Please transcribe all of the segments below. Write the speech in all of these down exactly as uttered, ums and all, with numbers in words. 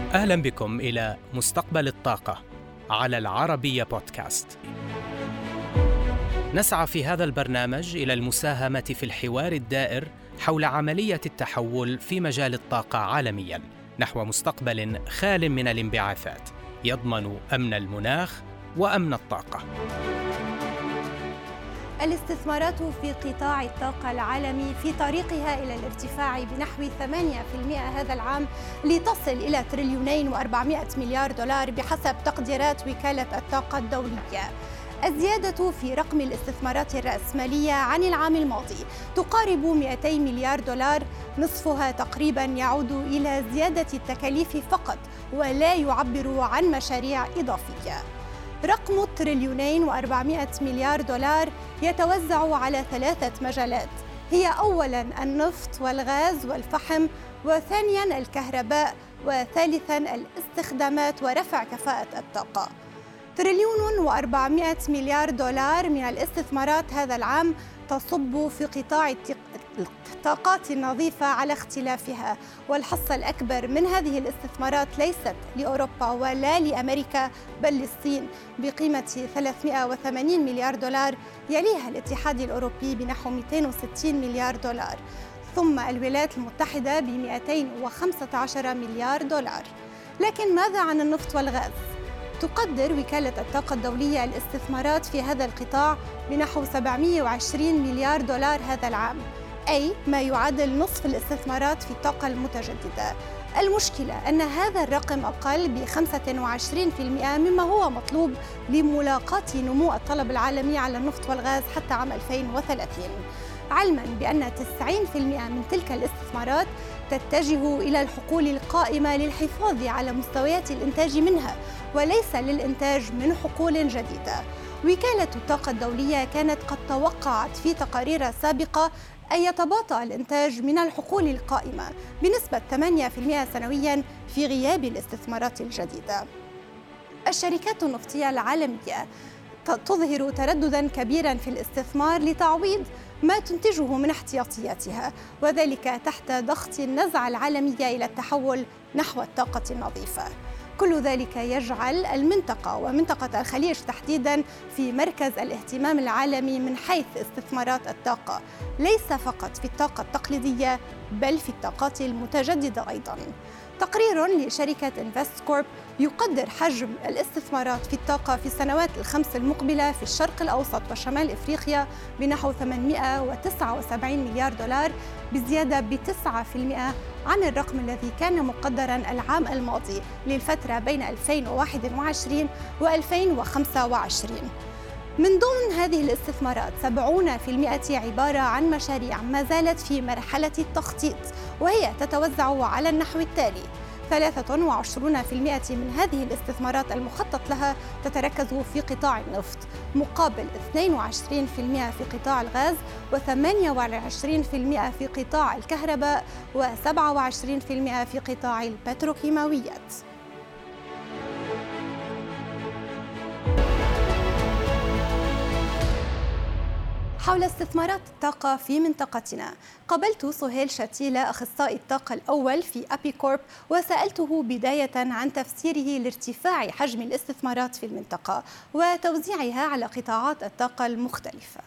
أهلا بكم إلى مستقبل الطاقة على العربية بودكاست. نسعى في هذا البرنامج إلى المساهمة في الحوار الدائر حول عملية التحول في مجال الطاقة عالمياً نحو مستقبل خال من الانبعاثات يضمن أمن المناخ وأمن الطاقة. الاستثمارات في قطاع الطاقة العالمي في طريقها إلى الارتفاع بنحو ثمانية بالمئة هذا العام لتصل إلى تريليونين وأربعمائة مليار دولار بحسب تقديرات وكالة الطاقة الدولية. الزيادة في رقم الاستثمارات الرأسمالية عن العام الماضي تقارب مئتي مليار دولار، نصفها تقريباً يعود إلى زيادة التكاليف فقط ولا يعبر عن مشاريع إضافية. رقم تريليونين وأربعمائة مليار دولار يتوزع على ثلاثة مجالات، هي أولاً النفط والغاز والفحم، وثانياً الكهرباء، وثالثاً الاستخدامات ورفع كفاءة الطاقة. تريليون وأربعمائة مليار دولار من الاستثمارات هذا العام تصب في قطاع الطاقات النظيفة على اختلافها، والحصة الأكبر من هذه الاستثمارات ليست لأوروبا ولا لأمريكا بل للصين بقيمة ثلاثمائة وثمانين مليار دولار، يليها الاتحاد الأوروبي بنحو مئتين وستين مليار دولار، ثم الولايات المتحدة ب مئتين وخمسة عشر مليار دولار. لكن ماذا عن النفط والغاز؟ تقدر وكالة الطاقة الدولية الاستثمارات في هذا القطاع بنحو سبعمائة وعشرين مليار دولار هذا العام، أي ما يعادل نصف الاستثمارات في الطاقة المتجددة. المشكلة أن هذا الرقم أقل ب خمسة وعشرين بالمئة مما هو مطلوب لملاقاة نمو الطلب العالمي على النفط والغاز حتى عام ألفين وثلاثين، علماً بأن تسعين بالمئة من تلك الاستثمارات تتجه إلى الحقول القائمة للحفاظ على مستويات الإنتاج منها وليس للإنتاج من حقول جديدة. وكالة الطاقة الدولية كانت قد توقعت في تقارير سابقة أن يتباطأ الإنتاج من الحقول القائمة بنسبة ثمانية بالمئة سنوياً في غياب الاستثمارات الجديدة. الشركات النفطية العالمية تظهر تردداً كبيراً في الاستثمار لتعويض ما تنتجه من احتياطياتها، وذلك تحت ضغط النزعة العالمية إلى التحول نحو الطاقة النظيفة. كل ذلك يجعل المنطقة ومنطقة الخليج تحديداً في مركز الاهتمام العالمي من حيث استثمارات الطاقة، ليس فقط في الطاقة التقليدية بل في الطاقات المتجددة أيضاً. تقرير لشركة إنفستكورب يقدر حجم الاستثمارات في الطاقة في السنوات الخمس المقبلة في الشرق الأوسط وشمال إفريقيا بنحو ثمانمائة وتسعة وسبعين مليار دولار، بزيادة بتسعة بالمئة عن الرقم الذي كان مقدراً العام الماضي للفترة بين ألفين وواحد وعشرين وألفين وخمسة وعشرين. من ضمن هذه الاستثمارات سبعين بالمئة عبارة عن مشاريع ما زالت في مرحلة التخطيط، وهي تتوزع على النحو التالي: ثلاثة وعشرين بالمئة من هذه الاستثمارات المخطط لها تتركز في قطاع النفط، مقابل اثنين وعشرين بالمئة في قطاع الغاز، وثمانية وعشرين بالمئة في قطاع الكهرباء، وسبعة وعشرين بالمئة في قطاع البتروكيماويات. حول استثمارات الطاقة في منطقتنا، قابلت سهيل شتيلة أخصائي الطاقة الأول في أبي كورب وسألته بداية عن تفسيره لارتفاع حجم الاستثمارات في المنطقة وتوزيعها على قطاعات الطاقة المختلفة.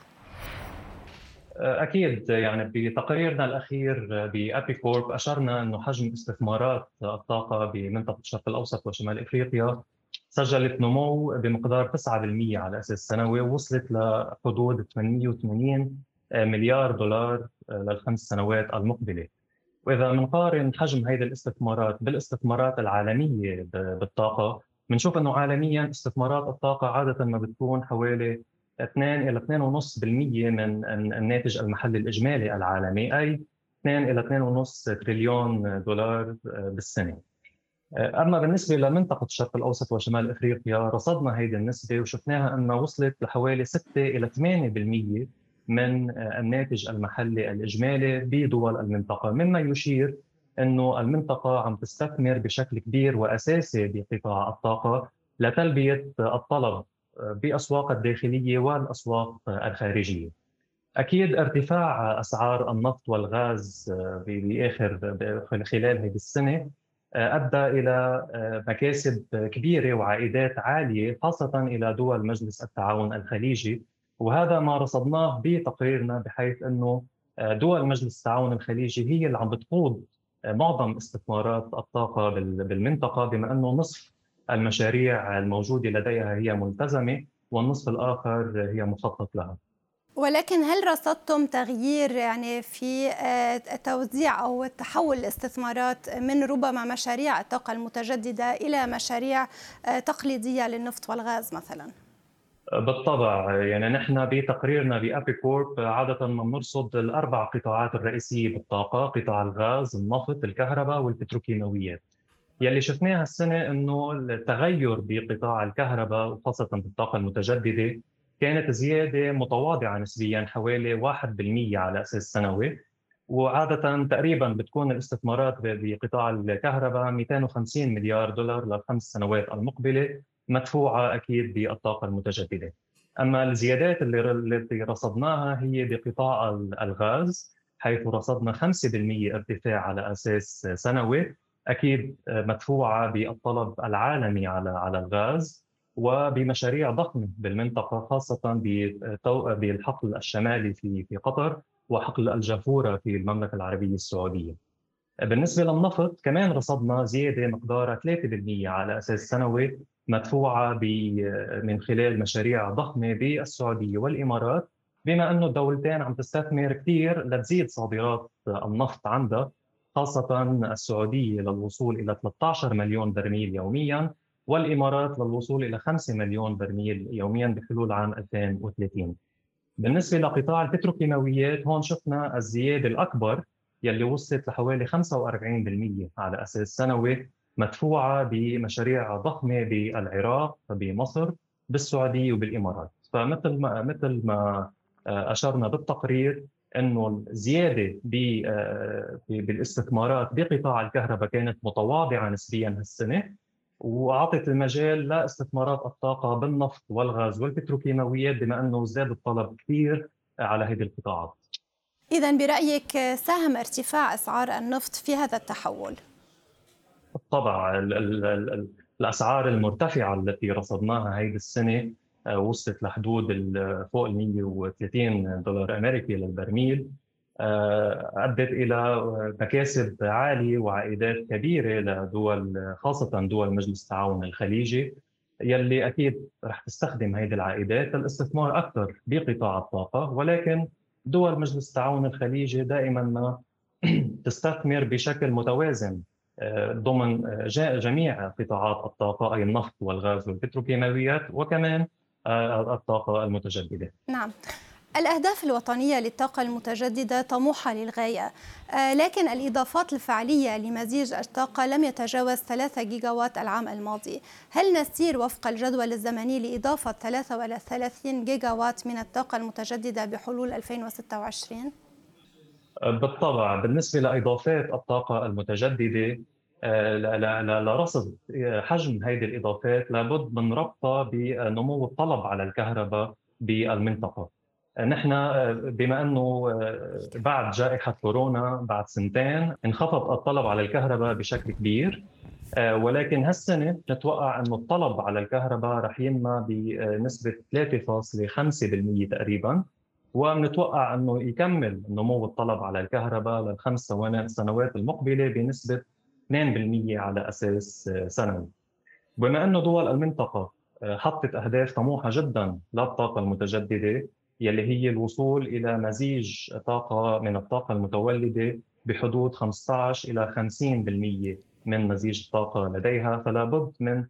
أكيد، يعني بتقريرنا الأخير بأبي كورب أشرنا أنه حجم استثمارات الطاقة بمنطقة الشرق الأوسط وشمال إفريقيا سجلت نمو بمقدار تسعة بالمئة على أساس سنوي، ووصلت لحدود ثمانمائة وثمانين مليار دولار للخمس سنوات المقبلة. وإذا بنقارن حجم هذه الاستثمارات بالاستثمارات العالمية بالطاقة، بنشوف أنه عالمياً استثمارات الطاقة عادة ما بتكون حوالي اثنين إلى اثنين فاصلة خمسة بالمئة من الناتج المحلي الإجمالي العالمي، أي اثنين إلى اثنين فاصلة خمسة تريليون دولار بالسنة. أما بالنسبة لمنطقة الشرق الأوسط وشمال إفريقيا، رصدنا هذه النسبة وشفناها أنها وصلت لحوالي ستة إلى ثمانية بالمئة من الناتج المحلي الإجمالي بدول المنطقة، مما يشير أنه المنطقة عم تستثمر بشكل كبير وأساسي بقطاع الطاقة لتلبية الطلب بأسواق الداخلية والأسواق الخارجية. أكيد ارتفاع أسعار النفط والغاز بآخر خلال هذه السنة أدى إلى مكاسب كبيرة وعائدات عالية خاصة إلى دول مجلس التعاون الخليجي. وهذا ما رصدناه بتقريرنا، بحيث أنه دول مجلس التعاون الخليجي هي اللي عم بتقود معظم استثمارات الطاقة بالمنطقة، بما أنه نصف المشاريع الموجودة لديها هي ملتزمة والنصف الآخر هي مخطط لها. ولكن هل رصدتم تغيير يعني في توزيع أو تحول الاستثمارات من ربما مشاريع الطاقة المتجددة إلى مشاريع تقليدية للنفط والغاز مثلا؟ بالطبع، يعني نحن بتقريرنا بأبيكورب عادة ما بنرصد الأربع قطاعات الرئيسية بالطاقة: قطاع الغاز، النفط، الكهرباء والبتروكيماويات. يلي شفناها السنة أنه التغير بقطاع الكهرباء وخاصة بالطاقة المتجددة كانت زيادة متواضعة نسبياً، حوالي واحد بالمئة على أساس سنوي. وعادة تقريباً بتكون الاستثمارات بقطاع الكهرباء مئتين وخمسين مليار دولار للخمس سنوات المقبلة، مدفوعة أكيد بالطاقة المتجددة. أما الزيادات اللي التي رصدناها هي بقطاع الغاز، حيث رصدنا خمسة بالمئة ارتفاع على أساس سنوي، أكيد مدفوعة بالطلب العالمي على على الغاز وبمشاريع ضخمة بالمنطقة، خاصة بالحقل الشمالي في في قطر وحقل الجافورة في المملكة العربية السعودية. بالنسبة للنفط كمان رصدنا زيادة مقدارها ثلاثة بالمئة على أساس سنوي، مدفوعة من خلال مشاريع ضخمة بالسعودية والإمارات، بما أنه الدولتين عم تستثمر كثير لتزيد صادرات النفط عندها، خاصة السعودية للوصول إلى ثلاثة عشر مليون برميل يومياً، والإمارات للوصول إلى خمسة مليون برميل يومياً بحلول عام ألفين وثلاثين. بالنسبة لقطاع البتروكيماويات هون شفنا الزيادة الأكبر، يلي وصلت لحوالي خمسة وأربعين بالمئة على أساس سنوي، مدفوعة بمشاريع ضخمة بالعراق، بمصر، بالسعودية وبالإمارات. فمثل ما مثل ما أشرنا بالتقرير أنه الزيادة بالاستثمارات بقطاع الكهرباء كانت متواضعة نسبياً هالسنة، وأعطت المجال لاستثمارات الطاقة بالنفط والغاز والبتروكيماويات، بما أنه زاد الطلب كثير على هذه القطاعات. إذن برأيك ساهم ارتفاع أسعار النفط في هذا التحول؟ بالطبع، ال ال ال الأسعار المرتفعة التي رصدناها هذه السنة وصلت لحدود فوق ال مئة وثلاثين دولار أمريكي للبرميل، أدت إلى مكاسب عالية وعائدات كبيرة لدول، خاصة دول مجلس التعاون الخليجي، يلي أكيد رح تستخدم هذه العائدات للاستثمار أكثر بقطاع الطاقة. ولكن دول مجلس التعاون الخليجي دائما ما تستثمر بشكل متوازن ضمن جميع قطاعات الطاقة، أي النفط والغاز والبتروكيماويات وكمان الطاقة المتجددة. نعم، الأهداف الوطنية للطاقة المتجددة طموحة للغاية، لكن الإضافات الفعلية لمزيج الطاقة لم يتجاوز ثلاثة جيجاوات العام الماضي. هل نسير وفق الجدول الزمني لإضافة ثلاثة وثلاثين جيجاوات من الطاقة المتجددة بحلول ألفين وستة وعشرين؟ بالطبع، بالنسبة لإضافات الطاقة المتجددة لرصد حجم هذه الإضافات لابد من ربطها بنمو الطلب على الكهرباء بالمنطقة. نحن بما أنه بعد جائحة كورونا بعد سنتين انخفض الطلب على الكهرباء بشكل كبير، ولكن هالسنة نتوقع أنه الطلب على الكهرباء رح ينمى بنسبة ثلاثة فاصلة خمسة بالمئة تقريباً، ونتوقع أنه يكمل نمو الطلب على الكهرباء للخمس سنوات المقبلة بنسبة اثنين بالمئة على أساس سنوي. بما أنه دول المنطقة حطت أهداف طموحة جدا للطاقة المتجددة، يلي هي الوصول إلى مزيج طاقة من الطاقة المتولدة بحدود خمسة عشر إلى خمسين بالمئة من مزيج الطاقة لديها، فلا بد من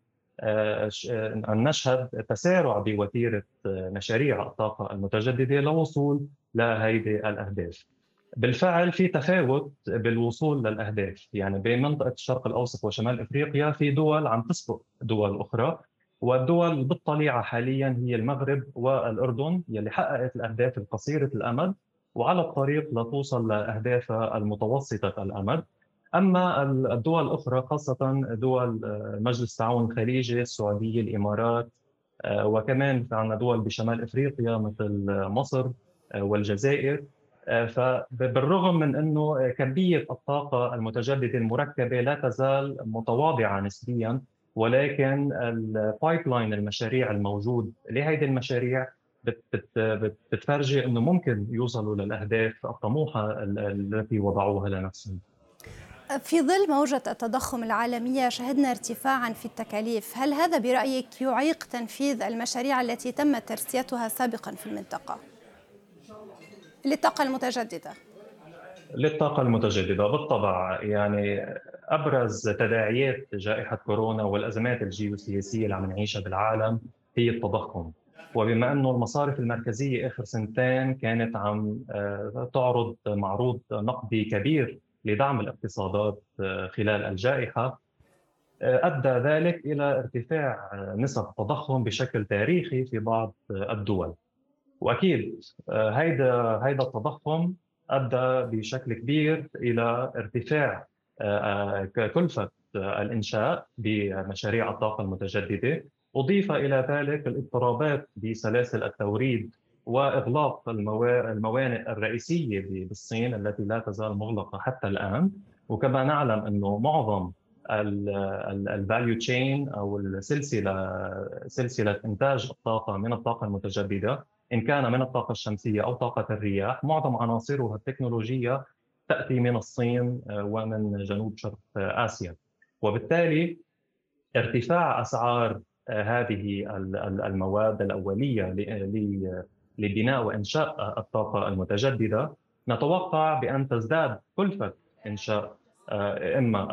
أن نشهد تسارع بوتيرة مشاريع الطاقة المتجددة للوصول لهذه الأهداف. بالفعل في تفاوت بالوصول للأهداف، يعني بين منطقة الشرق الأوسط وشمال إفريقيا في دول عم تسبق دول أخرى، والدول بالطليعة حاليا هي المغرب والأردن يلي حققت الأهداف القصيرة الأمد وعلى الطريق لتوصل لأهدافها المتوسطة الأمد. أما الدول الأخرى خاصة دول مجلس التعاون الخليجي، السعودية، الإمارات، وكمان عندنا دول بشمال إفريقيا مثل مصر والجزائر، فبالرغم من أنه كمية الطاقة المتجددة المركبة لا تزال متواضعة نسبياً، ولكن البايبلاين المشاريع الموجود لهذه المشاريع بت بت بتفرجي أنه ممكن يوصلوا للأهداف الطموحة التي وضعوها لنفسهم. في ظل موجة التضخم العالمية شهدنا ارتفاعاً في التكاليف، هل هذا برأيك يعيق تنفيذ المشاريع التي تم ترسيتها سابقاً في المنطقة للطاقة المتجددة؟ للطاقة المتجددة بالطبع، يعني أبرز تداعيات جائحة كورونا والأزمات الجيوسياسية اللي عم نعيشها بالعالم هي التضخم. وبما أنه المصارف المركزية آخر سنتين كانت عم تعرض معروض نقدي كبير لدعم الاقتصادات خلال الجائحة، أدى ذلك إلى ارتفاع نسب التضخم بشكل تاريخي في بعض الدول. وأكيد هيدا هيدا التضخم أدى بشكل كبير إلى ارتفاع كلفة الإنشاء بمشاريع الطاقة المتجددة، أضيف إلى ذلك الاضطرابات بسلاسل التوريد وإغلاق الموانئ الرئيسية بالصين التي لا تزال مغلقة حتى الآن. وكما نعلم أنه معظم الفاليو تشين أو السلسلة سلسلة إنتاج الطاقة من الطاقة المتجددة، إن كان من الطاقة الشمسية أو طاقة الرياح، معظم عناصرها التكنولوجية تأتي من الصين ومن جنوب شرق آسيا. وبالتالي ارتفاع أسعار هذه المواد الأولية لبناء وإنشاء الطاقة المتجددة نتوقع بأن تزداد كلفة إنشاء إما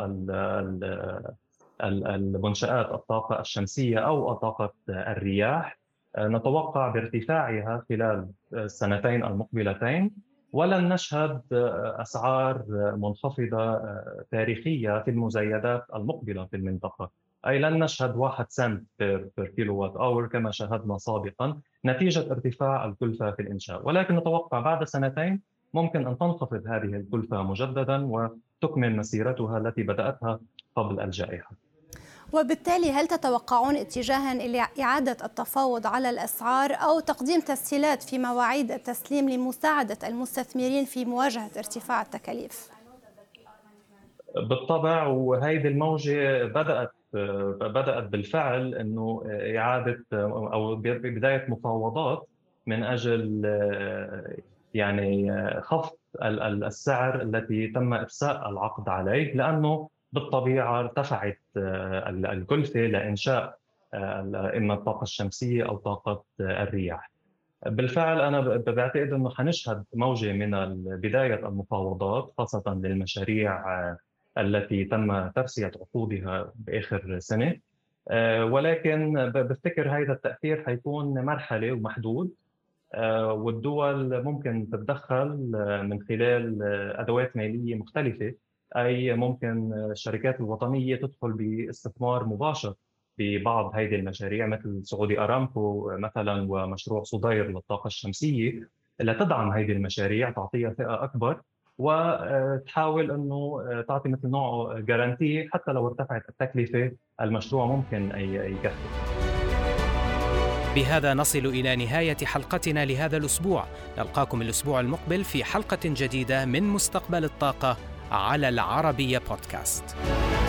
المنشآت الطاقة الشمسية أو طاقة الرياح، نتوقع بارتفاعها خلال السنتين المقبلتين، ولن نشهد أسعار منخفضة تاريخية في المزايدات المقبلة في المنطقة، أي لن نشهد واحد سنت بير كيلووات أور كما شاهدنا سابقا نتيجة ارتفاع الكلفة في الإنشاء. ولكن نتوقع بعد سنتين ممكن أن تنخفض هذه الكلفة مجددا وتكمل مسيرتها التي بدأتها قبل الجائحة. وبالتالي هل تتوقعون اتجاها إلى إعادة التفاوض على الأسعار أو تقديم تسهيلات في مواعيد التسليم لمساعدة المستثمرين في مواجهة ارتفاع التكاليف؟ بالطبع، وهذه الموجة بدأت بدأت بالفعل أنه إعادة أو بداية مفاوضات من أجل يعني خفض السعر التي تم إفساء العقد عليه، لأنه بالطبيعة ارتفعت الكلفة لإنشاء إما الطاقة الشمسية أو طاقة الرياح. بالفعل أنا بعتقد أنه حنشهد موجة من بداية المفاوضات خاصة للمشاريع التي تم ترسية عقودها بآخر سنة، ولكن بفتكر هذا التأثير حيكون مرحلي ومحدود، والدول ممكن تتدخل من خلال أدوات مالية مختلفة، أي ممكن الشركات الوطنية تدخل باستثمار مباشر ببعض هذه المشاريع مثل سعودي أرامكو مثلا ومشروع صدير للطاقة الشمسية، اللي تدعم هذه المشاريع تعطيها ثقة أكبر وتحاول أنه تعطي مثل نوع جارانتي حتى لو ارتفعت التكلفة المشروع ممكن يكفي. بهذا نصل إلى نهاية حلقتنا لهذا الأسبوع. نلقاكم الأسبوع المقبل في حلقة جديدة من مستقبل الطاقة على العربية بودكاست.